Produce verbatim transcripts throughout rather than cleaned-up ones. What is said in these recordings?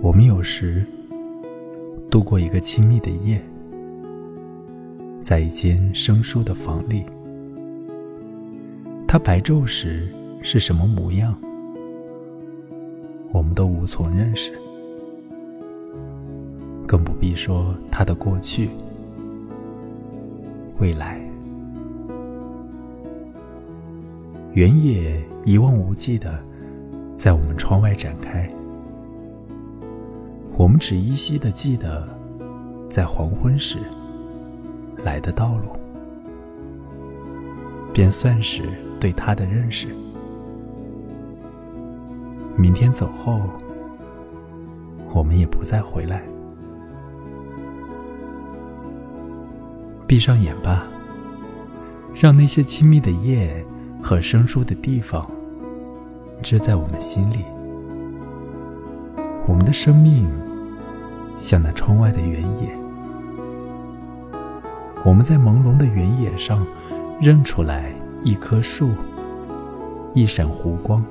我们有时度过一个亲密的夜，在一间生疏的房里，它白昼时是什么模样，我们都无从认识，更不必说它的过去、未来。原野一望无际地在我们窗外展开，我们只依稀地记得在黄昏时来的道路，便算是对它的认识。明天走后，我们也不再回来。闭上眼吧，让那些亲密的夜和生疏的地方织在我们心里。我们的生命像那窗外的原野，我们在朦胧的原野上认出来一棵树，一闪湖光，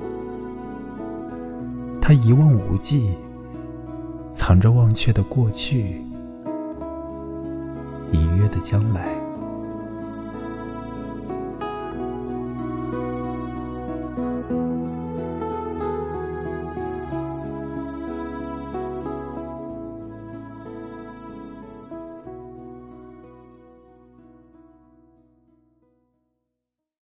它一望无际，藏着忘却的过去，隐约的将来。